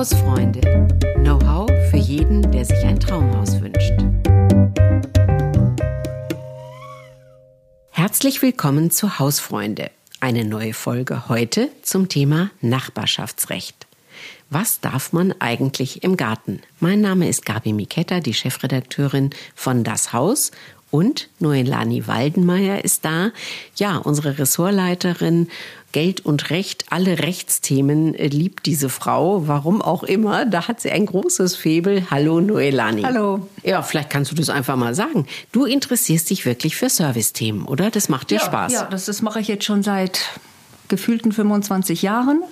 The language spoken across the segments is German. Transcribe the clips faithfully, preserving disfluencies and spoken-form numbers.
Hausfreunde. Know-how für jeden, der sich ein Traumhaus wünscht. Herzlich willkommen zu Hausfreunde. Eine neue Folge heute zum Thema Nachbarschaftsrecht. Was darf man eigentlich im Garten? Mein Name ist Gabi Miketta, die Chefredakteurin von Das Haus. Und Noelani Waldenmeier ist da. Ja, unsere Ressortleiterin Geld und Recht, alle Rechtsthemen liebt diese Frau. Warum auch immer, da hat sie ein großes Faible. Hallo Noelani. Hallo. Ja, vielleicht kannst du das einfach mal sagen. Du interessierst dich wirklich für Servicethemen, oder? Das macht dir ja, Spaß. Ja, das, das mache ich jetzt schon seit gefühlten fünfundzwanzig Jahren.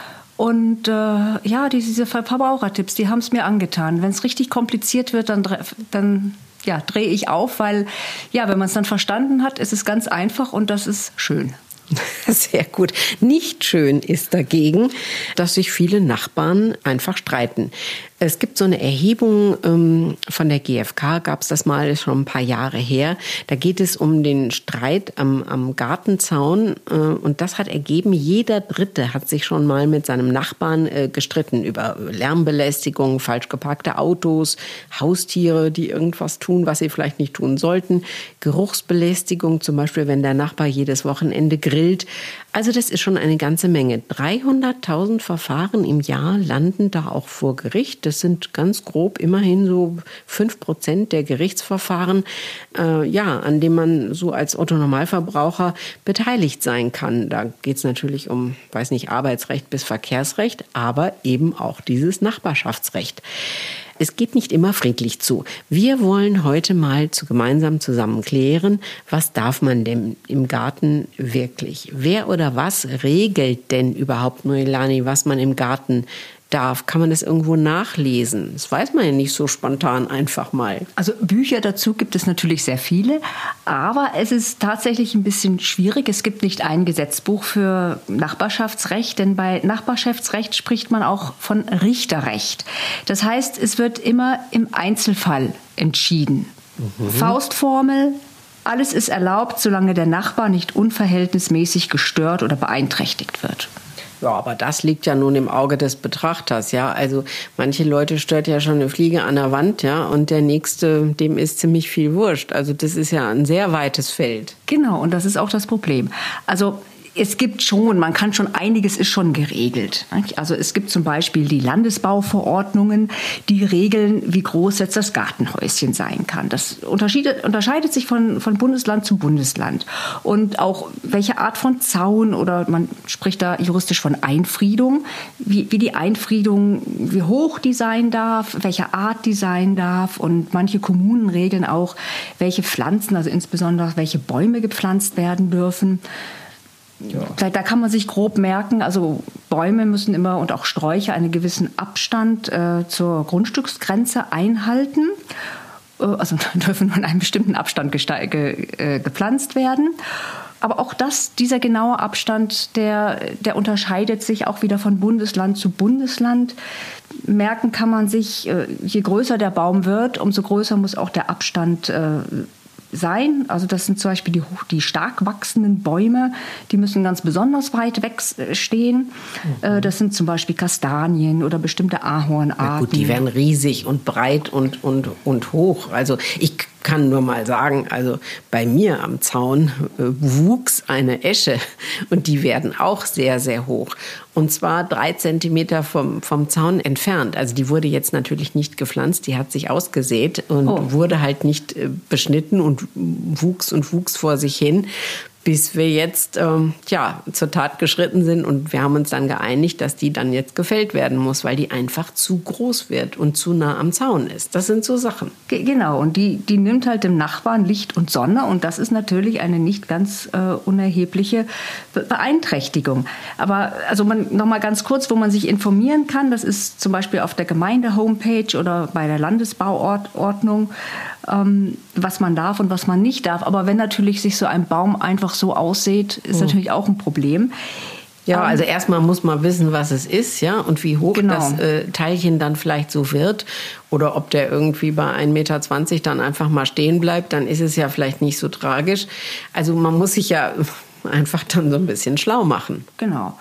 Und äh, ja, diese Verbrauchertipps, die haben es mir angetan. Wenn es richtig kompliziert wird, dann, dann ja, drehe ich auf, weil ja, wenn man es dann verstanden hat, ist es ganz einfach und das ist schön. Sehr gut. Nicht schön ist dagegen, dass sich viele Nachbarn einfach streiten. Es gibt so eine Erhebung ähm, von der G f K, gab es das mal, schon ein paar Jahre her. Da geht es um den Streit am, am Gartenzaun. Äh, und das hat ergeben, jeder Dritte hat sich schon mal mit seinem Nachbarn äh, gestritten über Lärmbelästigung, falsch geparkte Autos, Haustiere, die irgendwas tun, was sie vielleicht nicht tun sollten, Geruchsbelästigung, zum Beispiel, wenn der Nachbar jedes Wochenende grillt. Also das ist schon eine ganze Menge. dreihunderttausend Verfahren im Jahr landen da auch vor Gericht. Das sind ganz grob immerhin so fünf Prozent der Gerichtsverfahren, äh, ja, an denen man so als Otto-Normalverbraucher beteiligt sein kann. Da geht es natürlich um, weiß nicht, Arbeitsrecht bis Verkehrsrecht, aber eben auch dieses Nachbarschaftsrecht. Es geht nicht immer friedlich zu. Wir wollen heute mal zu gemeinsam zusammen klären, was darf man denn im Garten wirklich? Wer oder was regelt denn überhaupt, Noelani, was man im Garten darf? Kann man das irgendwo nachlesen? Das weiß man ja nicht so spontan einfach mal. Also Bücher dazu gibt es natürlich sehr viele, aber es ist tatsächlich ein bisschen schwierig. Es gibt nicht ein Gesetzbuch für Nachbarschaftsrecht, denn bei Nachbarschaftsrecht spricht man auch von Richterrecht. Das heißt, es wird immer im Einzelfall entschieden. Mhm. Faustformel: Alles ist erlaubt, solange der Nachbar nicht unverhältnismäßig gestört oder beeinträchtigt wird. Ja, aber das liegt ja nun im Auge des Betrachters, ja. Also manche Leute stört ja schon eine Fliege an der Wand, ja, und der Nächste, dem ist ziemlich viel wurscht. Also das ist ja ein sehr weites Feld. Genau, und das ist auch das Problem. Also es gibt schon, man kann schon, einiges ist schon geregelt. Also es gibt zum Beispiel die Landesbauverordnungen, die regeln, wie groß jetzt das Gartenhäuschen sein kann. Das unterscheidet, unterscheidet sich von, von Bundesland zu Bundesland. Und auch welche Art von Zaun, oder man spricht da juristisch von Einfriedung, wie, wie die Einfriedung, wie hoch die sein darf, welche Art die sein darf. Und manche Kommunen regeln auch, welche Pflanzen, also insbesondere welche Bäume gepflanzt werden dürfen. Ja. Da, da kann man sich grob merken, also Bäume müssen immer und auch Sträucher einen gewissen Abstand äh, zur Grundstücksgrenze einhalten. Äh, also dürfen nur in einem bestimmten Abstand geste- ge- äh, gepflanzt werden. Aber auch das, dieser genaue Abstand, der, der unterscheidet sich auch wieder von Bundesland zu Bundesland. Merken kann man sich, äh, je größer der Baum wird, umso größer muss auch der Abstand äh, sein. Also das sind zum Beispiel die, die stark wachsenden Bäume, die müssen ganz besonders weit weg stehen. Mhm. Das sind zum Beispiel Kastanien oder bestimmte Ahornarten. Na gut, die werden riesig und breit und, und, und hoch. Also ich kann nur mal sagen, also bei mir am Zaun äh, wuchs eine Esche und die werden auch sehr, sehr hoch. Und zwar drei Zentimeter vom, vom Zaun entfernt. Also die wurde jetzt natürlich nicht gepflanzt, die hat sich ausgesät und oh. wurde halt nicht äh, beschnitten und wuchs und wuchs vor sich hin, bis wir jetzt ähm, ja, zur Tat geschritten sind. Und wir haben uns dann geeinigt, dass die dann jetzt gefällt werden muss, weil die einfach zu groß wird und zu nah am Zaun ist. Das sind so Sachen. G- genau, und die, die nimmt halt dem Nachbarn Licht und Sonne. Und das ist natürlich eine nicht ganz äh, unerhebliche Be- Beeinträchtigung. Aber also man, noch mal ganz kurz, wo man sich informieren kann, das ist zum Beispiel auf der Gemeinde-Homepage oder bei der Landesbauordnung, ähm, was man darf und was man nicht darf. Aber wenn natürlich sich so ein Baum einfach so aussieht, ist mhm. natürlich auch ein Problem. Ja, also erstmal muss man wissen, was es ist, ja, und wie hoch genau. das äh, Teilchen dann vielleicht so wird. Oder ob der irgendwie bei ein Meter zwanzig dann einfach mal stehen bleibt, dann ist es ja vielleicht nicht so tragisch. Also man muss sich ja einfach dann so ein bisschen schlau machen. Genau.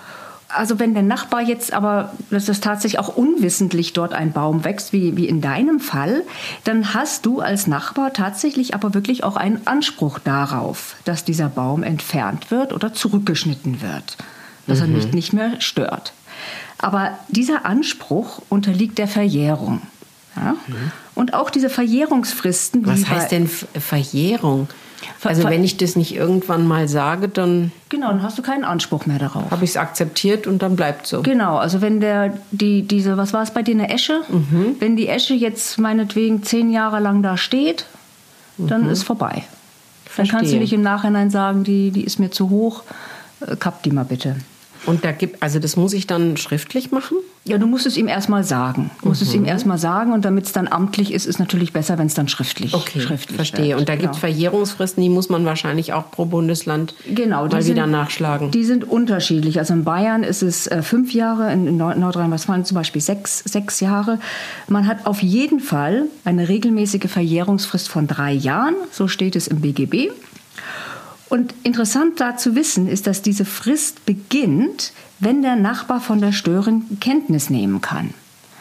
Also wenn der Nachbar jetzt aber, dass das tatsächlich auch unwissentlich dort ein Baum wächst, wie, wie in deinem Fall, dann hast du als Nachbar tatsächlich aber wirklich auch einen Anspruch darauf, dass dieser Baum entfernt wird oder zurückgeschnitten wird, dass mhm. er nicht, nicht mehr stört. Aber dieser Anspruch unterliegt der Verjährung. Ja? Mhm. Und auch diese Verjährungsfristen. Was heißt denn Verjährung? Also wenn ich das nicht irgendwann mal sage, dann... Genau, dann hast du keinen Anspruch mehr darauf. Habe ich es akzeptiert und dann bleibt so. Genau, also wenn der, die, diese, was war es bei dir, eine Esche? Mhm. Wenn die Esche jetzt meinetwegen zehn Jahre lang da steht, dann mhm. ist vorbei. Verstehe. Dann kannst du nicht im Nachhinein sagen, die, die ist mir zu hoch, äh, kapp die mal bitte. Und da gibt, also das muss ich dann schriftlich machen? Ja, du musst es ihm erstmal sagen. Du musst mhm. es ihm erstmal sagen und damit es dann amtlich ist, ist natürlich besser, wenn es dann schriftlich, okay, schriftlich verstehe. wird. Und da gibt es genau. Verjährungsfristen, die muss man wahrscheinlich auch pro Bundesland genau, mal sind, wieder nachschlagen. Die sind unterschiedlich. Also in Bayern ist es äh, fünf Jahre, in Nordrhein-Westfalen zum Beispiel sechs, sechs Jahre. Man hat auf jeden Fall eine regelmäßige Verjährungsfrist von drei Jahren, so steht es im B G B. Und interessant da zu wissen ist, dass diese Frist beginnt, wenn der Nachbar von der Störung Kenntnis nehmen kann.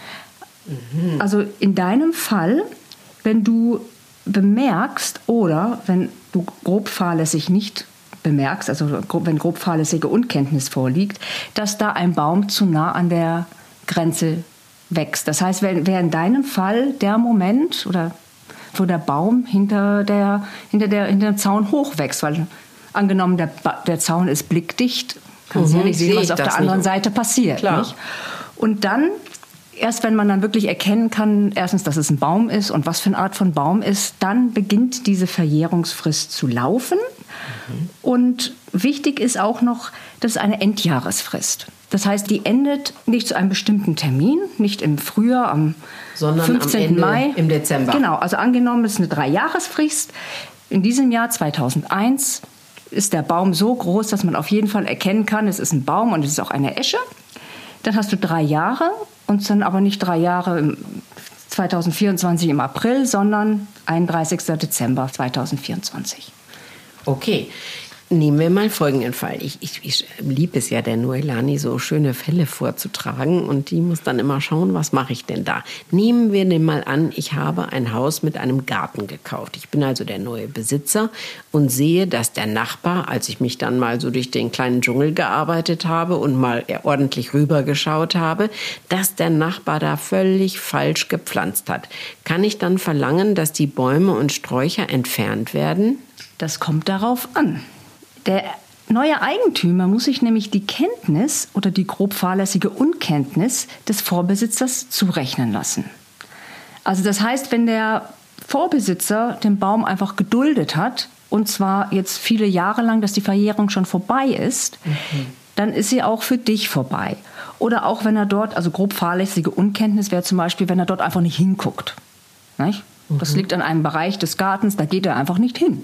Mhm. Also in deinem Fall, wenn du bemerkst oder wenn du grob fahrlässig nicht bemerkst, also wenn grob fahrlässige Unkenntnis vorliegt, dass da ein Baum zu nah an der Grenze wächst. Das heißt, wäre in deinem Fall der Moment oder wo der Baum hinter, der, hinter, der, hinter dem Zaun hochwächst. Weil angenommen, der, der Zaun ist blickdicht, kannst du mhm, ja nicht sehen, was auf der anderen nicht. Seite passiert. Nicht? Und dann, erst wenn man dann wirklich erkennen kann, erstens, dass es ein Baum ist und was für eine Art von Baum ist, dann beginnt diese Verjährungsfrist zu laufen. Mhm. Und wichtig ist auch noch, das ist eine Endjahresfrist. Das heißt, die endet nicht zu einem bestimmten Termin, nicht im Frühjahr, am sondern fünfzehnten am Ende Mai. Im Dezember. Genau, also angenommen, es ist eine Dreijahresfrist. In diesem Jahr zweitausendeins ist der Baum so groß, dass man auf jeden Fall erkennen kann, es ist ein Baum und es ist auch eine Esche. Dann hast du drei Jahre und dann aber nicht drei Jahre im zweitausendvierundzwanzig im April, sondern einunddreißigsten Dezember zweitausendvierundzwanzig. Okay. Nehmen wir mal folgenden Fall. Ich, ich, ich liebe es ja, der Noelani so schöne Fälle vorzutragen und die muss dann immer schauen, was mache ich denn da. Nehmen wir denn mal an, ich habe ein Haus mit einem Garten gekauft. Ich bin also der neue Besitzer und sehe, dass der Nachbar, als ich mich dann mal so durch den kleinen Dschungel gearbeitet habe und mal ordentlich rübergeschaut habe, dass der Nachbar da völlig falsch gepflanzt hat. Kann ich dann verlangen, dass die Bäume und Sträucher entfernt werden? Das kommt darauf an. Der neue Eigentümer muss sich nämlich die Kenntnis oder die grob fahrlässige Unkenntnis des Vorbesitzers zurechnen lassen. Also das heißt, wenn der Vorbesitzer den Baum einfach geduldet hat, und zwar jetzt viele Jahre lang, dass die Verjährung schon vorbei ist, mhm. dann ist sie auch für dich vorbei. Oder auch wenn er dort, also grob fahrlässige Unkenntnis wäre zum Beispiel, wenn er dort einfach nicht hinguckt. Nicht? Mhm. Das liegt an einem Bereich des Gartens, da geht er einfach nicht hin.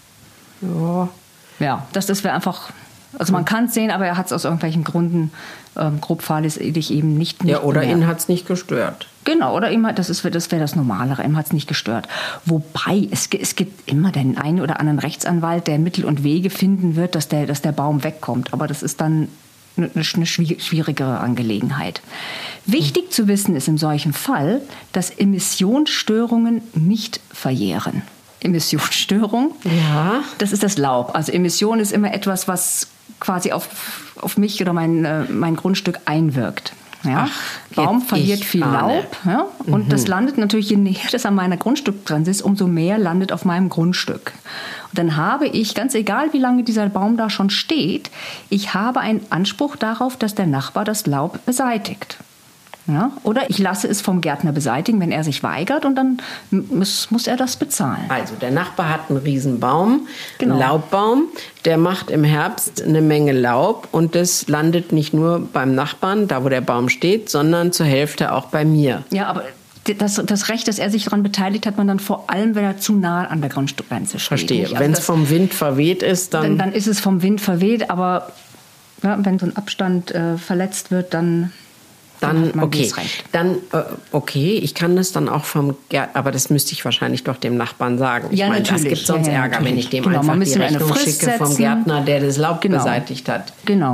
Ja. Ja, das, das wäre einfach, also man kann es sehen, aber er hat es aus irgendwelchen Gründen ähm, grob fahrlässig eben nicht, nicht Ja, oder bemerkt. ihn hat es nicht gestört. Genau, oder ihm hat, das, ist, das wäre das Normalere, ihm hat es nicht gestört. Wobei, es, es gibt immer den einen oder anderen Rechtsanwalt, der Mittel und Wege finden wird, dass der, dass der Baum wegkommt. Aber das ist dann eine, eine schwierigere Angelegenheit. Wichtig zu wissen ist in solchem Fall, dass Emissionsstörungen nicht verjähren. Emissionsstörung. Ja. Das ist das Laub. Also Emission ist immer etwas, was quasi auf, auf mich oder mein, äh, mein Grundstück einwirkt. Ja? Ach, Baum verliert viel ahne. Laub. Ja? Und mhm. das landet natürlich, je näher das an meinem Grundstück dran ist, umso mehr landet auf meinem Grundstück. Und dann habe ich, ganz egal wie lange dieser Baum da schon steht, ich habe einen Anspruch darauf, dass der Nachbar das Laub beseitigt. Ja, oder ich lasse es vom Gärtner beseitigen, wenn er sich weigert, und dann muss, muss er das bezahlen. Also der Nachbar hat einen riesen Baum, genau. einen Laubbaum, der macht im Herbst eine Menge Laub und das landet nicht nur beim Nachbarn, da wo der Baum steht, sondern zur Hälfte auch bei mir. Ja, aber das, das Recht, dass er sich daran beteiligt, hat man dann vor allem, wenn er zu nah an der Grundstückgrenze steht. Verstehe. Also wenn es vom Wind verweht ist, dann... Dann, dann ist es vom Wind verweht, aber ja, wenn so ein Abstand äh, verletzt wird, dann... Dann, okay, dann, äh, okay, ich kann das dann auch vom, ja, aber das müsste ich wahrscheinlich doch dem Nachbarn sagen. Ich ja, meine, natürlich. Das gibt sonst ja, ja, Ärger, natürlich. wenn ich dem genau, einfach die Rechnung eine schicke vom Gärtner, der das Laub genau. beseitigt hat. Genau.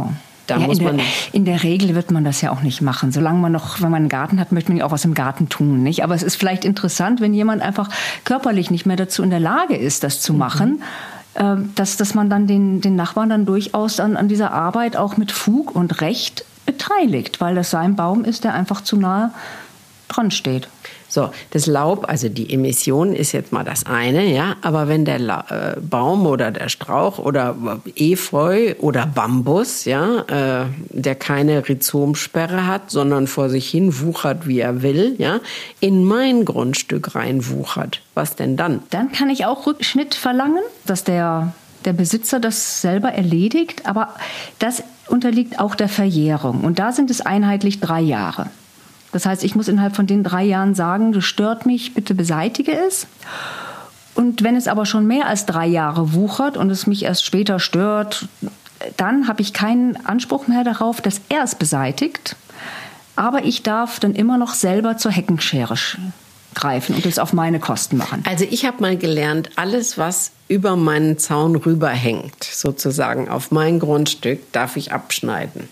Da ja, muss in, man der, in der Regel wird man das ja auch nicht machen. Solange man noch, wenn man einen Garten hat, möchte man ja auch was im Garten tun, nicht? Aber es ist vielleicht interessant, wenn jemand einfach körperlich nicht mehr dazu in der Lage ist, das zu machen, mhm. dass, dass man dann den, den Nachbarn dann durchaus an, an dieser Arbeit auch mit Fug und Recht beteiligt, weil das sein Baum ist, der einfach zu nahe dran steht. So, das Laub, also die Emission ist jetzt mal das eine, ja, aber wenn der La- äh, Baum oder der Strauch oder Efeu oder Bambus, ja, äh, der keine Rhizomsperre hat, sondern vor sich hin wuchert, wie er will, ja, in mein Grundstück reinwuchert, was denn dann? Dann kann ich auch Rückschnitt verlangen, dass der, der Besitzer das selber erledigt, aber das unterliegt auch der Verjährung und da sind es einheitlich drei Jahre. Das heißt, ich muss innerhalb von den drei Jahren sagen, das stört mich, bitte beseitige es. Und wenn es aber schon mehr als drei Jahre wuchert und es mich erst später stört, dann habe ich keinen Anspruch mehr darauf, dass er es beseitigt. Aber ich darf dann immer noch selber zur Heckenschere greifen und es auf meine Kosten machen. Also ich habe mal gelernt, alles, was über meinen Zaun rüberhängt, sozusagen auf mein Grundstück, darf ich abschneiden.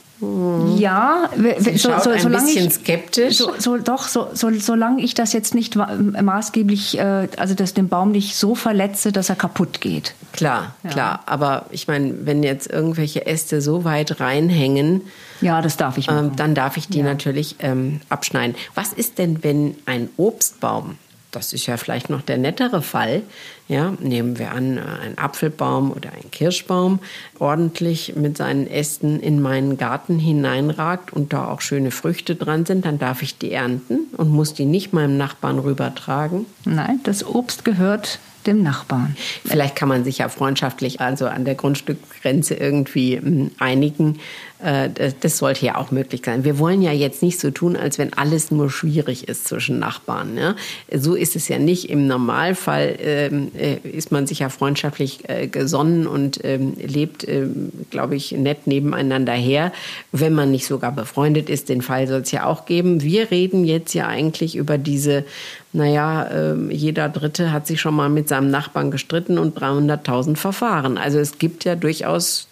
Ja, Sie so, schaut so, ein solange bisschen ich, skeptisch. So, so, doch, so, so, solange ich das jetzt nicht maßgeblich, äh, also dass den Baum nicht so verletze, dass er kaputt geht. Klar, ja. klar. Aber ich meine, wenn jetzt irgendwelche Äste so weit reinhängen, ja, das darf ich machen. Ähm, dann darf ich die ja. natürlich ähm, abschneiden. Was ist denn, wenn ein Obstbaum, das ist ja vielleicht noch der nettere Fall, ja, nehmen wir an, ein Apfelbaum oder ein Kirschbaum ordentlich mit seinen Ästen in meinen Garten hineinragt und da auch schöne Früchte dran sind, dann darf ich die ernten und muss die nicht meinem Nachbarn rübertragen? Nein, das Obst gehört dem Nachbarn. Vielleicht kann man sich ja freundschaftlich also an der Grundstückgrenze irgendwie m, einigen. Äh, das, das sollte ja auch möglich sein. Wir wollen ja jetzt nicht so tun, als wenn alles nur schwierig ist zwischen Nachbarn. Ja? So ist es ja nicht. Im Normalfall ähm, äh, ist man sich ja freundschaftlich äh, gesonnen und ähm, lebt, ähm, glaube ich, nett nebeneinander her. Wenn man nicht sogar befreundet ist, den Fall soll es ja auch geben. Wir reden jetzt ja eigentlich über diese, naja, äh, jeder Dritte hat sich schon mal mit seinem Nachbarn gestritten und dreihunderttausend Verfahren. Also es gibt ja durchaus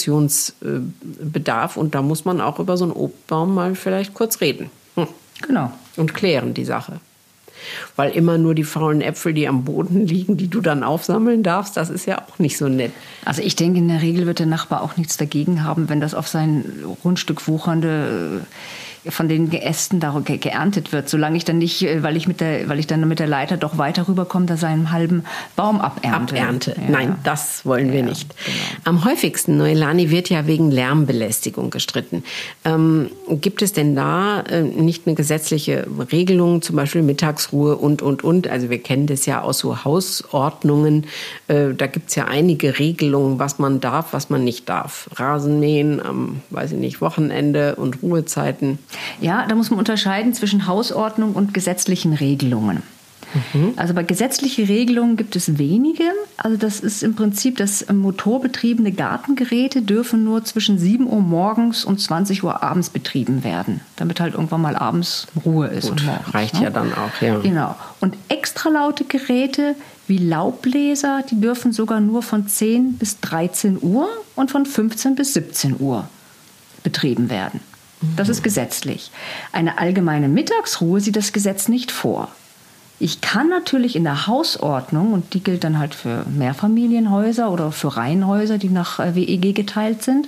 Diskussionsbedarf und da muss man auch über so einen Obstbaum mal vielleicht kurz reden. Hm. Genau. Und klären die Sache. Weil immer nur die faulen Äpfel, die am Boden liegen, die du dann aufsammeln darfst, das ist ja auch nicht so nett. Also ich denke, in der Regel wird der Nachbar auch nichts dagegen haben, wenn das auf sein Grundstück wuchernde von den Ästen da ge- geerntet wird, solange ich dann nicht, weil ich mit der, weil ich dann mit der Leiter doch weiter rüberkomme, da seinen halben Baum abernte. Abernte. Ja. Nein, das wollen wir ja, nicht. Genau. Am häufigsten, Noelani, wird ja wegen Lärmbelästigung gestritten. Ähm, gibt es denn da äh, nicht eine gesetzliche Regelung, zum Beispiel Mittagsruhe und, und, und? Also wir kennen das ja aus so Hausordnungen. Äh, da gibt es ja einige Regelungen, was man darf, was man nicht darf. Rasenmähen am, weiß ich nicht, Wochenende und Ruhezeiten. Ja, da muss man unterscheiden zwischen Hausordnung und gesetzlichen Regelungen. Mhm. Also bei gesetzlichen Regelungen gibt es wenige. Also das ist im Prinzip, dass motorbetriebene Gartengeräte dürfen nur zwischen sieben Uhr morgens und zwanzig Uhr abends betrieben werden, damit halt irgendwann mal abends Ruhe ist. Gut, und morgens, reicht ne? ja dann auch, ja. Genau. Und extra laute Geräte wie Laubbläser, die dürfen sogar nur von zehn bis dreizehn Uhr und von fünfzehn bis siebzehn Uhr betrieben werden. Das ist gesetzlich. Eine allgemeine Mittagsruhe sieht das Gesetz nicht vor. Ich kann natürlich in der Hausordnung, und die gilt dann halt für Mehrfamilienhäuser oder für Reihenhäuser, die nach W E G geteilt sind,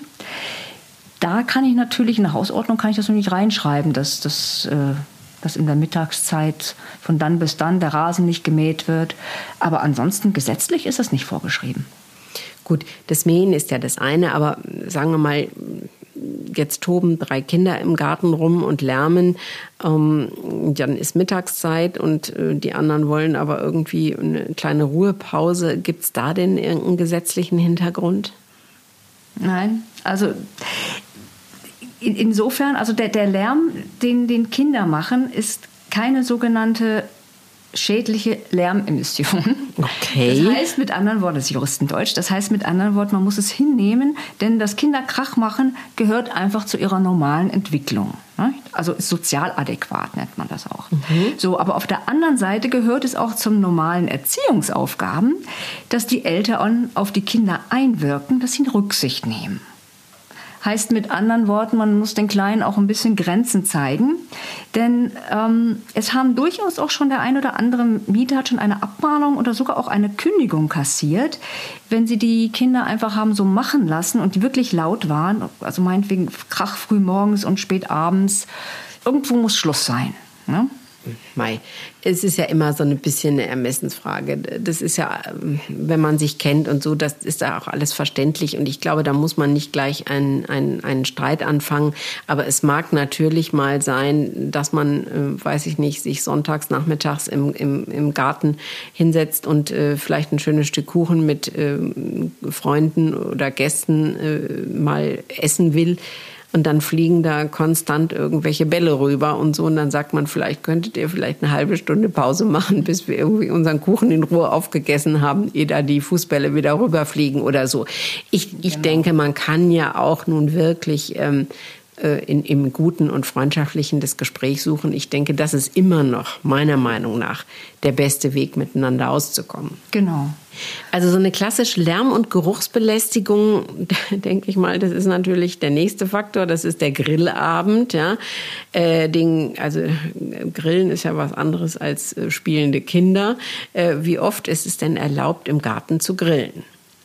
da kann ich natürlich, in der Hausordnung kann ich das noch nicht reinschreiben, dass, dass, äh, dass in der Mittagszeit von dann bis dann der Rasen nicht gemäht wird. Aber ansonsten gesetzlich ist das nicht vorgeschrieben. Gut, das Mähen ist ja das eine, aber sagen wir mal, jetzt toben drei Kinder im Garten rum und lärmen, ähm, dann ist Mittagszeit und äh, die anderen wollen aber irgendwie eine kleine Ruhepause. Gibt es da denn irgendeinen gesetzlichen Hintergrund? Nein, also in, insofern, also der, der Lärm, den, den Kinder machen, ist keine sogenannte schädliche Lärmemission. Okay. Das heißt mit anderen Worten, das ist Juristendeutsch, das heißt mit anderen Worten, man muss es hinnehmen, denn das Kinder Krach machen gehört einfach zu ihrer normalen Entwicklung. Also ist sozial adäquat, nennt man das auch. Mhm. So, aber auf der anderen Seite gehört es auch zum normalen Erziehungsaufgaben, dass die Eltern auf die Kinder einwirken, dass sie Rücksicht nehmen. Heißt mit anderen Worten, man muss den Kleinen auch ein bisschen Grenzen zeigen. Denn ähm, es haben durchaus auch schon der ein oder andere Mieter hat schon eine Abmahnung oder sogar auch eine Kündigung kassiert, wenn sie die Kinder einfach haben so machen lassen und die wirklich laut waren. Also meinetwegen Krach früh morgens und spät abends. Irgendwo muss Schluss sein, ne? Mei, es ist ja immer so ein bisschen eine Ermessensfrage. Das ist ja, wenn man sich kennt und so, das ist ja auch alles verständlich. Und ich glaube, da muss man nicht gleich einen, einen, einen Streit anfangen. Aber es mag natürlich mal sein, dass man, äh, weiß ich nicht, sich sonntags nachmittags im, im, im Garten hinsetzt und äh, vielleicht ein schönes Stück Kuchen mit äh, Freunden oder Gästen äh, mal essen will. Und dann fliegen da konstant irgendwelche Bälle rüber und so. Und dann sagt man, vielleicht könntet ihr vielleicht eine halbe Stunde Pause machen, bis wir irgendwie unseren Kuchen in Ruhe aufgegessen haben, ehe da die Fußbälle wieder rüberfliegen oder so. Ich, ich genau. denke, man kann ja auch nun wirklich ähm, in, im Guten und Freundschaftlichen das Gespräch suchen. Ich denke, das ist immer noch, meiner Meinung nach, der beste Weg, miteinander auszukommen. Genau. Also so eine klassische Lärm- und Geruchsbelästigung, denke ich mal, das ist natürlich der nächste Faktor. Das ist der Grillabend. Ja. Äh, den, also Grillen ist ja was anderes als äh, spielende Kinder. Äh, wie oft ist es denn erlaubt, im Garten zu grillen?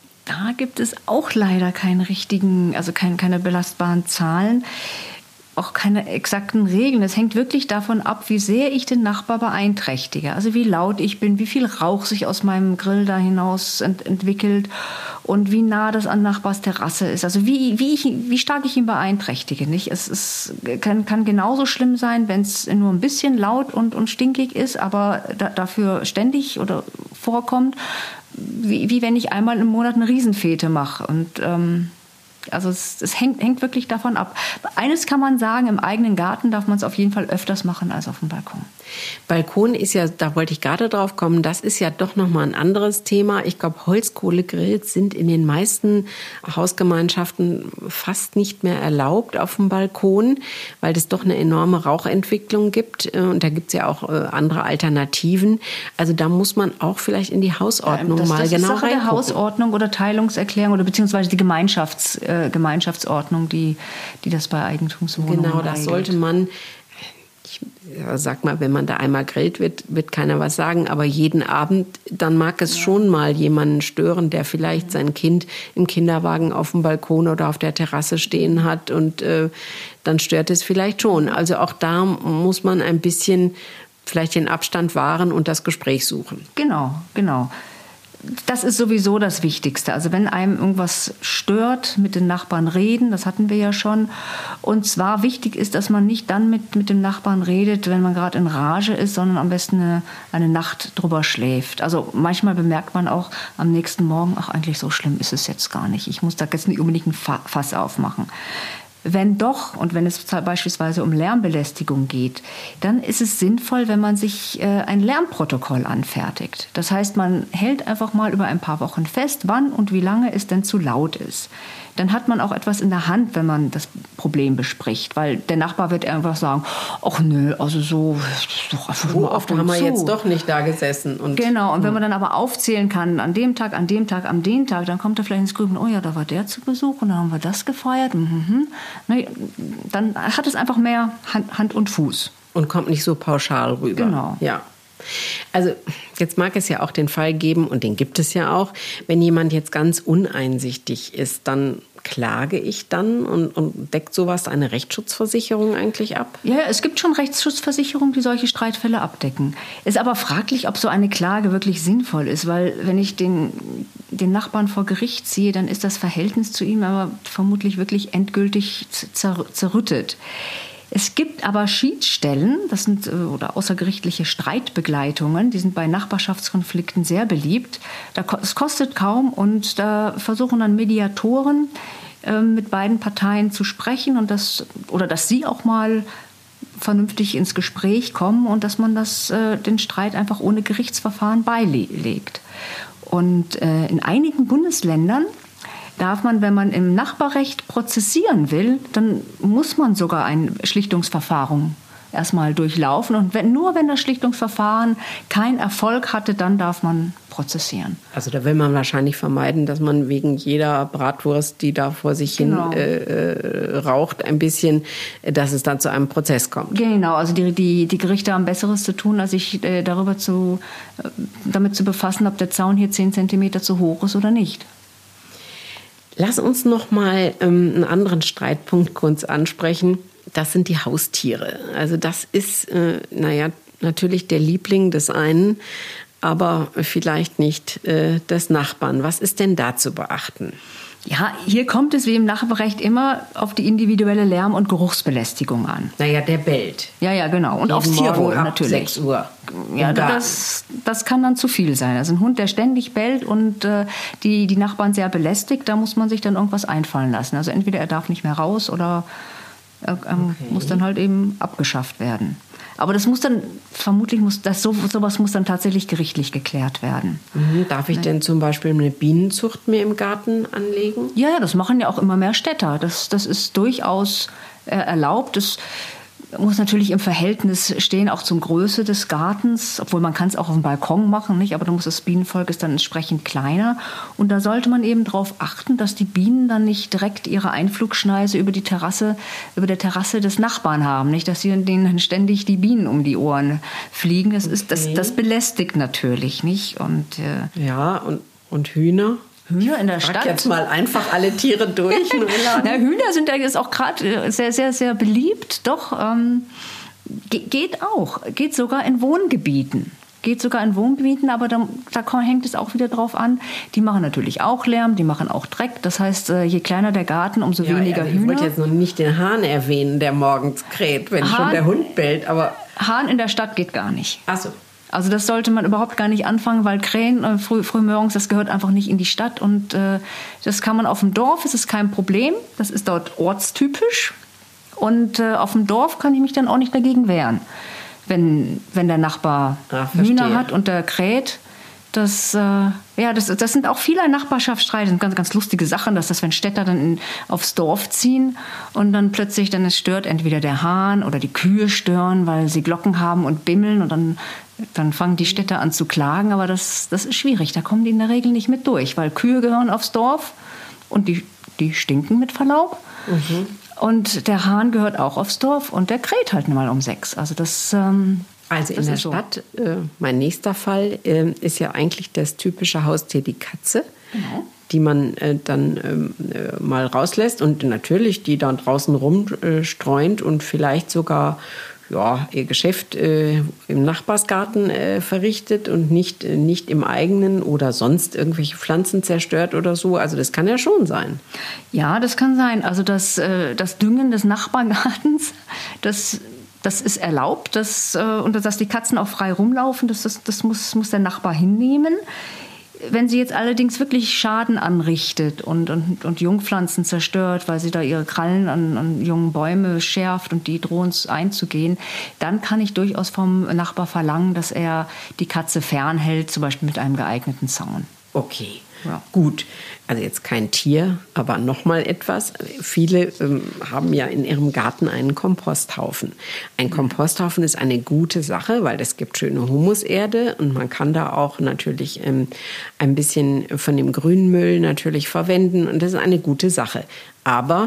Da gibt es auch leider keine richtigen, also keine, keine belastbaren Zahlen, auch keine exakten Regeln. Es hängt wirklich davon ab, wie sehr ich den Nachbar beeinträchtige. Also wie laut ich bin, wie viel Rauch sich aus meinem Grill da hinaus ent- entwickelt und wie nah das an Nachbars Terrasse ist. Also wie, wie, ich, wie stark ich ihn beeinträchtige. Nicht? Es ist, kann, kann genauso schlimm sein, wenn es nur ein bisschen laut und, und stinkig ist, aber da, dafür ständig oder vorkommt, wie, wie wenn ich einmal im Monat eine Riesenfete mache. Und ähm, also es, es hängt, hängt wirklich davon ab. Eines kann man sagen, im eigenen Garten darf man es auf jeden Fall öfters machen als auf dem Balkon. Balkon ist ja, da wollte ich gerade drauf kommen, das ist ja doch nochmal ein anderes Thema. Ich glaube, Holzkohlegrills sind in den meisten Hausgemeinschaften fast nicht mehr erlaubt auf dem Balkon, weil es doch eine enorme Rauchentwicklung gibt. Und da gibt es ja auch andere Alternativen. Also da muss man auch vielleicht in die Hausordnung das, mal das genau ist Sache reingucken. Der Hausordnung oder Teilungserklärung oder beziehungsweise die Gemeinschafts, äh, Gemeinschaftsordnung, die, die das bei Eigentumswohnungen Genau, das regelt. sollte man... Ich sag mal, wenn man da einmal grillt, wird, wird keiner was sagen. Aber jeden Abend, dann mag es ja. schon mal jemanden stören, der vielleicht sein Kind im Kinderwagen auf dem Balkon oder auf der Terrasse stehen hat. Und äh, dann stört es vielleicht schon. Also auch da muss man ein bisschen vielleicht den Abstand wahren und das Gespräch suchen. Genau, genau. Das ist sowieso das Wichtigste. Also wenn einem irgendwas stört, mit den Nachbarn reden, das hatten wir ja schon. Und zwar wichtig ist, dass man nicht dann mit, mit dem Nachbarn redet, wenn man gerade in Rage ist, sondern am besten eine, eine Nacht drüber schläft. Also manchmal bemerkt man auch am nächsten Morgen, ach eigentlich so schlimm ist es jetzt gar nicht. Ich muss da jetzt nicht unbedingt ein Fass aufmachen. Wenn doch, und wenn es beispielsweise um Lärmbelästigung geht, dann ist es sinnvoll, wenn man sich äh, ein Lärmprotokoll anfertigt. Das heißt, man hält einfach mal über ein paar Wochen fest, wann und wie lange es denn zu laut ist. Dann hat man auch etwas in der Hand, wenn man das Problem bespricht. Weil der Nachbar wird einfach sagen, ach nö, also so... Doch so oft haben wir jetzt doch nicht da gesessen. Und genau, und wenn man dann aber aufzählen kann, an dem Tag, an dem Tag, an dem Tag, dann kommt er vielleicht ins Grübeln, oh ja, da war der zu Besuch und dann haben wir das gefeiert. Mhm. Dann hat es einfach mehr Hand, Hand und Fuß. Und kommt nicht so pauschal rüber. Genau. Ja. Also jetzt mag es ja auch den Fall geben, und den gibt es ja auch, wenn jemand jetzt ganz uneinsichtig ist, dann klage ich dann und, und deckt sowas eine Rechtsschutzversicherung eigentlich ab? Ja, es gibt schon Rechtsschutzversicherungen, die solche Streitfälle abdecken. Ist aber fraglich, ob so eine Klage wirklich sinnvoll ist, weil wenn ich den, den Nachbarn vor Gericht ziehe, dann ist das Verhältnis zu ihm aber vermutlich wirklich endgültig zer- zerrüttet. Es gibt aber Schiedsstellen, das sind oder außergerichtliche Streitbegleitungen, die sind bei Nachbarschaftskonflikten sehr beliebt. Es kostet kaum und da versuchen dann Mediatoren äh, mit beiden Parteien zu sprechen und das oder dass sie auch mal vernünftig ins Gespräch kommen und dass man das äh, den Streit einfach ohne Gerichtsverfahren beilegt. Und äh, in einigen Bundesländern darf man, wenn man im Nachbarrecht prozessieren will, dann muss man sogar ein Schlichtungsverfahren erstmal durchlaufen. Und wenn, nur wenn das Schlichtungsverfahren keinen Erfolg hatte, dann darf man prozessieren. Also da will man wahrscheinlich vermeiden, dass man wegen jeder Bratwurst, die da vor sich Genau. hin äh, äh, raucht, ein bisschen, dass es dann zu einem Prozess kommt. Genau, also die, die, die Gerichte haben Besseres zu tun, als sich äh, darüber zu, äh, damit zu befassen, ob der Zaun hier zehn Zentimeter zu hoch ist oder nicht. Lass uns noch mal ähm, einen anderen Streitpunkt kurz ansprechen. Das sind die Haustiere. Also das ist, äh, naja, natürlich der Liebling des einen, aber vielleicht nicht äh, des Nachbarn. Was ist denn da zu beachten? Ja, hier kommt es wie im Nachbarrecht immer auf die individuelle Lärm- und Geruchsbelästigung an. Naja, der bellt. Ja, ja, genau. Und aufs Jeden Tierwohl Morgen ab natürlich. sechs Uhr. Ja, Im Garten. das, das kann dann zu viel sein. Also ein Hund, der ständig bellt und äh, die, die Nachbarn sehr belästigt, da muss man sich dann irgendwas einfallen lassen. Also entweder er darf nicht mehr raus oder er ähm, Okay. muss dann halt eben abgeschafft werden. Aber das muss dann, vermutlich muss das, so, sowas muss dann tatsächlich gerichtlich geklärt werden. Mhm. Darf ich denn zum Beispiel eine Bienenzucht mir im Garten anlegen? Ja, ja, das machen ja auch immer mehr Städter. Das, das ist durchaus äh, erlaubt. Das muss natürlich im Verhältnis stehen, auch zum Größe des Gartens, obwohl man kann es auch auf dem Balkon machen, nicht? Aber da muss das Bienenvolk ist dann entsprechend kleiner. Und da sollte man eben darauf achten, dass die Bienen dann nicht direkt ihre Einflugschneise über die Terrasse, über der Terrasse des Nachbarn haben, nicht? Dass sie denen ständig die Bienen um die Ohren fliegen. Das ist, das, das belästigt natürlich, nicht? Und äh, Ja, und, und Hühner? Hühner in der Frag Stadt. jetzt mal einfach alle Tiere durch. Na, Hühner sind ja jetzt auch gerade sehr, sehr, sehr beliebt. Doch, ähm, ge- geht auch. Geht sogar in Wohngebieten. Geht sogar in Wohngebieten, aber da, da hängt es auch wieder drauf an. Die machen natürlich auch Lärm, die machen auch Dreck. Das heißt, je kleiner der Garten, umso Ja, weniger ich Hühner. wollte jetzt noch nicht den Hahn erwähnen, der morgens kräht, wenn Hahn- schon der Hund bellt. Aber Hahn in der Stadt geht gar nicht. ach so. Also das sollte man überhaupt gar nicht anfangen, weil Krähen äh, früh, früh morgens, das gehört einfach nicht in die Stadt. Und äh, das kann man auf dem Dorf, das ist kein Problem. Das ist dort ortstypisch. Und äh, auf dem Dorf kann ich mich dann auch nicht dagegen wehren. Wenn, wenn der Nachbar Ah, verstehe. Hühner hat und der kräht, das, äh, ja, das, das sind auch viele Nachbarschaftsstreite, das sind ganz, ganz lustige Sachen, dass das, wenn Städter dann in, aufs Dorf ziehen und dann plötzlich dann es stört entweder der Hahn oder die Kühe stören, weil sie Glocken haben und bimmeln und dann, dann fangen die Städter an zu klagen, aber das, das ist schwierig, da kommen die in der Regel nicht mit durch, weil Kühe gehören aufs Dorf und die, die stinken mit Verlaub. Mhm. Und der Hahn gehört auch aufs Dorf und der kräht halt mal um sechs. Also das... Ähm, Also in Das der ist so. Stadt, äh, mein nächster Fall, äh, ist ja eigentlich das typische Haustier, die Katze, Genau. die man äh, dann ähm, äh, mal rauslässt und natürlich die dann draußen rumstreunt äh, und vielleicht sogar ja, ihr Geschäft äh, im Nachbarsgarten äh, verrichtet und nicht, äh, nicht im eigenen oder sonst irgendwelche Pflanzen zerstört oder so. Also das kann ja schon sein. Ja, das kann sein. Also das, äh, das Düngen des Nachbargartens, das... Das ist erlaubt, das, äh, und dass die Katzen auch frei rumlaufen, das, das, das muss, muss der Nachbar hinnehmen. Wenn sie jetzt allerdings wirklich Schaden anrichtet und, und, und Jungpflanzen zerstört, weil sie da ihre Krallen an, an jungen Bäume schärft und die drohen einzugehen, dann kann ich durchaus vom Nachbar verlangen, dass er die Katze fernhält, zum Beispiel mit einem geeigneten Zaun. Okay, Ja. gut. Also jetzt kein Tier, aber noch mal etwas. Viele ähm, haben ja in ihrem Garten einen Komposthaufen. Ein Komposthaufen ist eine gute Sache, weil es gibt schöne Humuserde und man kann da auch natürlich ähm, ein bisschen von dem Grünmüll natürlich verwenden und das ist eine gute Sache. Aber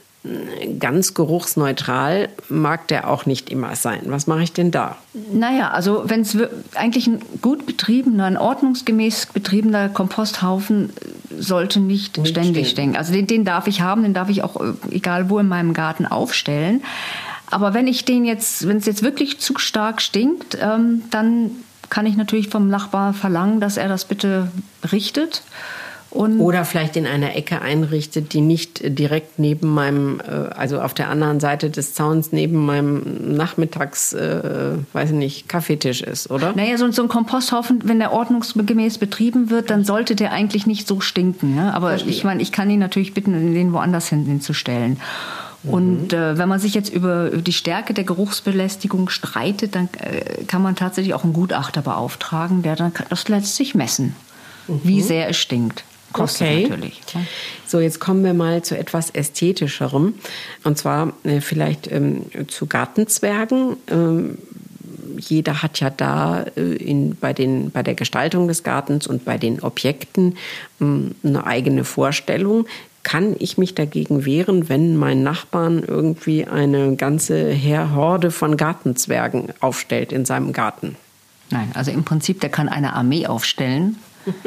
ganz geruchsneutral mag der auch nicht immer sein. Was mache ich denn da? Naja, also wenn es eigentlich ein gut betriebener, ein ordnungsgemäß betriebener Komposthaufen sollte nicht, Nicht ständig stinken. stinken. Also den, den darf ich haben, den darf ich auch äh, egal wo in meinem Garten aufstellen. Aber wenn ich den jetzt, wenn es jetzt wirklich zu stark stinkt, ähm, dann kann ich natürlich vom Nachbar verlangen, dass er das bitte richtet. Und Oder vielleicht in einer Ecke einrichtet, die nicht direkt neben meinem, äh, also auf der anderen Seite des Zauns neben meinem Nachmittags, äh, weiß ich nicht, Kaffeetisch ist, oder? Naja, so, so ein Komposthaufen, wenn der ordnungsgemäß betrieben wird, dann sollte der eigentlich nicht so stinken. Ne? Aber Verstehe. ich meine, ich kann ihn natürlich bitten, den woanders hin, hinzustellen. Und äh, wenn man sich jetzt über, über die Stärke der Geruchsbelästigung streitet, dann äh, kann man tatsächlich auch einen Gutachter beauftragen, der dann das lässt sich messen, wie sehr es stinkt. Kostet okay. natürlich. So, jetzt kommen wir mal zu etwas Ästhetischerem. Und zwar äh, vielleicht ähm, zu Gartenzwergen. Ähm, jeder hat ja da äh, in, bei, den, bei der Gestaltung des Gartens und bei den Objekten ähm, eine eigene Vorstellung. Kann ich mich dagegen wehren, wenn mein Nachbarn irgendwie eine ganze Heer- Horde von Gartenzwergen aufstellt in seinem Garten? Nein, also im Prinzip, der kann eine Armee aufstellen.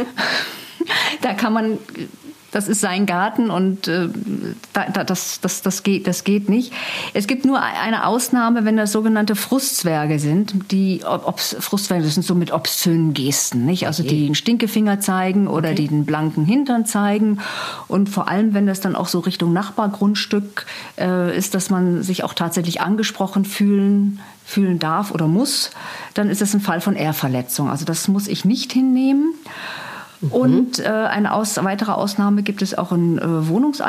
Da kann man, das ist sein Garten und äh, da, das, das, das, geht, das geht nicht. Es gibt nur eine Ausnahme, wenn das sogenannte Frustzwerge sind. Die Obs, Frustzwerge, das sind so mit obszönen Gesten, nicht? Also die den Stinkefinger zeigen oder okay. die den blanken Hintern zeigen. Und vor allem, wenn das dann auch so Richtung Nachbargrundstück äh, ist, dass man sich auch tatsächlich angesprochen fühlen fühlen darf oder muss, dann ist es ein Fall von Ehrverletzung. Also das muss ich nicht hinnehmen. Mhm. Und äh, eine aus, weitere Ausnahme gibt es auch in äh,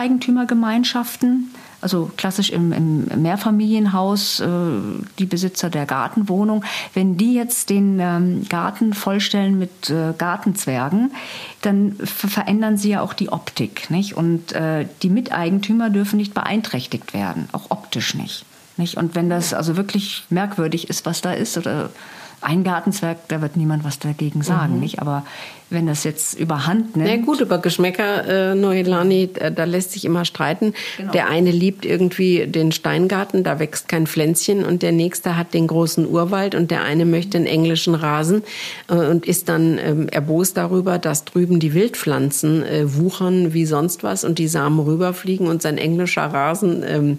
Wohnungseigentümergemeinschaften. Also klassisch im, im Mehrfamilienhaus, äh, die Besitzer der Gartenwohnung. Wenn die jetzt den ähm, Garten vollstellen mit äh, Gartenzwergen, dann ver- verändern sie ja auch die Optik, nicht? Und äh, die Miteigentümer dürfen nicht beeinträchtigt werden, auch optisch nicht. Nicht? Und wenn das also wirklich merkwürdig ist, was da ist, oder ein Gartenzwerg, da wird niemand was dagegen sagen, mhm. nicht? Aber wenn das jetzt überhand nimmt... Na gut, über Geschmäcker, äh, Noelani, da lässt sich immer streiten. Genau. Der eine liebt irgendwie den Steingarten, da wächst kein Pflänzchen, und der nächste hat den großen Urwald, und der eine möchte den englischen Rasen äh, und ist dann ähm, erbost darüber, dass drüben die Wildpflanzen äh, wuchern wie sonst was und die Samen rüberfliegen und sein englischer Rasen ähm,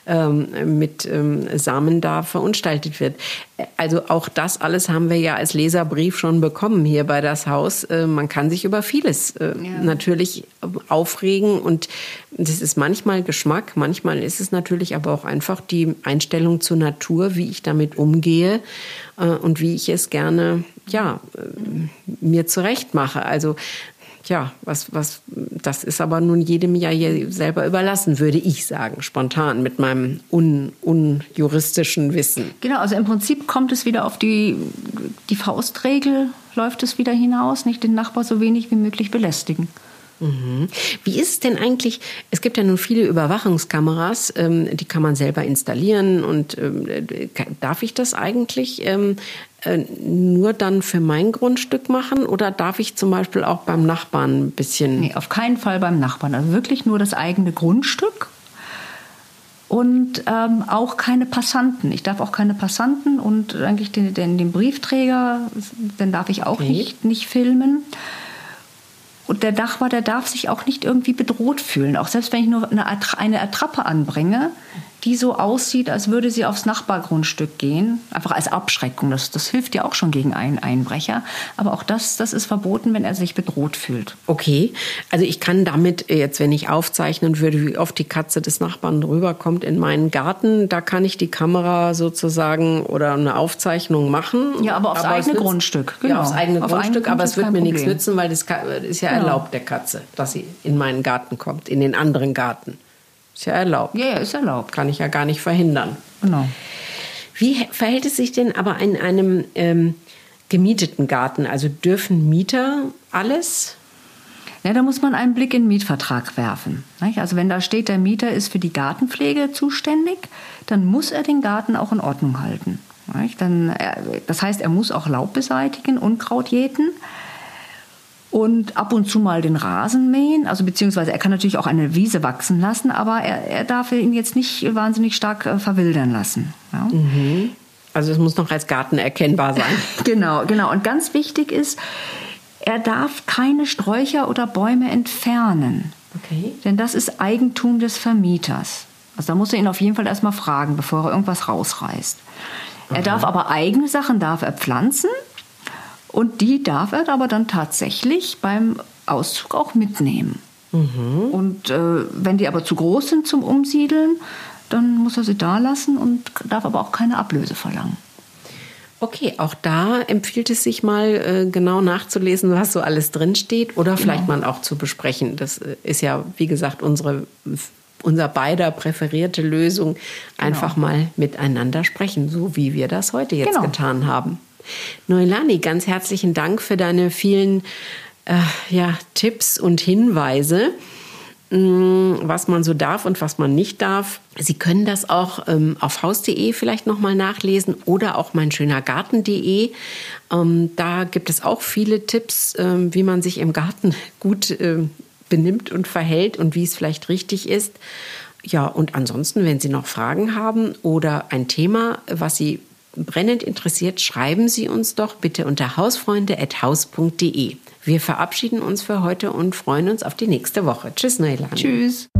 ähm, mit ähm, Samen da verunstaltet wird. Also auch das alles haben wir ja als Leserbrief schon bekommen hier bei Das Haus. Man kann sich über vieles äh, ja. natürlich aufregen, und das ist manchmal Geschmack, manchmal ist es natürlich aber auch einfach die Einstellung zur Natur, wie ich damit umgehe äh, und wie ich es gerne ja, äh, mir zurecht mache. Also ja, was, was, das ist aber nun jedem ja selber überlassen, würde ich sagen, spontan mit meinem un, unjuristischen Wissen. Genau, also im Prinzip kommt es wieder auf die, die Faustregel, läuft es wieder hinaus, nicht den Nachbar so wenig wie möglich belästigen. Mhm. Wie ist es denn eigentlich, es gibt ja nun viele Überwachungskameras, ähm, die kann man selber installieren, und ähm, darf ich das eigentlich ähm, äh, nur dann für mein Grundstück machen, oder darf ich zum Beispiel auch beim Nachbarn ein bisschen... Nee, auf keinen Fall beim Nachbarn, also wirklich nur das eigene Grundstück. Und ähm, auch keine Passanten. Ich darf auch keine Passanten, und eigentlich den, den, den Briefträger, den darf ich auch okay. nicht, nicht filmen. Und der Nachbar, der darf sich auch nicht irgendwie bedroht fühlen. Auch selbst wenn ich nur eine, eine Attrappe anbringe, die so aussieht, als würde sie aufs Nachbargrundstück gehen. Einfach als Abschreckung. Das, das hilft ja auch schon gegen einen Einbrecher. Aber auch das, das ist verboten, wenn er sich bedroht fühlt. Okay, also ich kann damit jetzt, wenn ich aufzeichnen würde, wie oft die Katze des Nachbarn rüberkommt in meinen Garten, da kann ich die Kamera sozusagen oder eine Aufzeichnung machen. Ja, aber aufs aber eigene Grundstück. Genau. Ja, aufs eigene auf Grundstück, eigene aber es wird mir Problem. nichts nützen, weil das ist ja genau. erlaubt, der Katze, dass sie in meinen Garten kommt, in den anderen Garten. Ist ja erlaubt. Ja, ja, ist erlaubt. Kann ich ja gar nicht verhindern. Genau. Wie verhält es sich denn aber in einem ähm, gemieteten Garten? Also dürfen Mieter alles? Ja, da muss man einen Blick in den Mietvertrag werfen. Also wenn da steht, der Mieter ist für die Gartenpflege zuständig, dann muss er den Garten auch in Ordnung halten. Dann, das heißt, er muss auch Laub beseitigen, Unkraut jäten. Und ab und zu mal den Rasen mähen, also beziehungsweise er kann natürlich auch eine Wiese wachsen lassen, aber er, er darf ihn jetzt nicht wahnsinnig stark äh, verwildern lassen. Ja? Mhm. Also es muss noch als Garten erkennbar sein. Genau, genau. Und ganz wichtig ist, er darf keine Sträucher oder Bäume entfernen. Okay. Denn das ist Eigentum des Vermieters. Also da muss er ihn auf jeden Fall erstmal fragen, bevor er irgendwas rausreißt. Er Aha. darf aber eigene Sachen darf er pflanzen. Und die darf er aber dann tatsächlich beim Auszug auch mitnehmen. Mhm. Und äh, wenn die aber zu groß sind zum Umsiedeln, dann muss er sie da lassen und darf aber auch keine Ablöse verlangen. Okay, auch da empfiehlt es sich mal äh, genau nachzulesen, was so alles drinsteht, oder vielleicht genau. mal auch zu besprechen. Das äh, ist ja, wie gesagt, unsere, unser beider präferierte Lösung. Einfach genau. mal miteinander sprechen, so wie wir das heute jetzt genau. getan haben. Noelani, ganz herzlichen Dank für deine vielen äh, ja, Tipps und Hinweise, was man so darf und was man nicht darf. Sie können das auch ähm, auf haus punkt de vielleicht nochmal nachlesen oder auch meinschönergarten punkt de. Ähm, da gibt es auch viele Tipps, ähm, wie man sich im Garten gut ähm, benimmt und verhält und wie es vielleicht richtig ist. Ja, und ansonsten, wenn Sie noch Fragen haben oder ein Thema, was Sie brennend interessiert, schreiben Sie uns doch bitte unter hausfreunde at haus punkt de. Wir verabschieden uns für heute und freuen uns auf die nächste Woche. Tschüss, Neilani. Tschüss.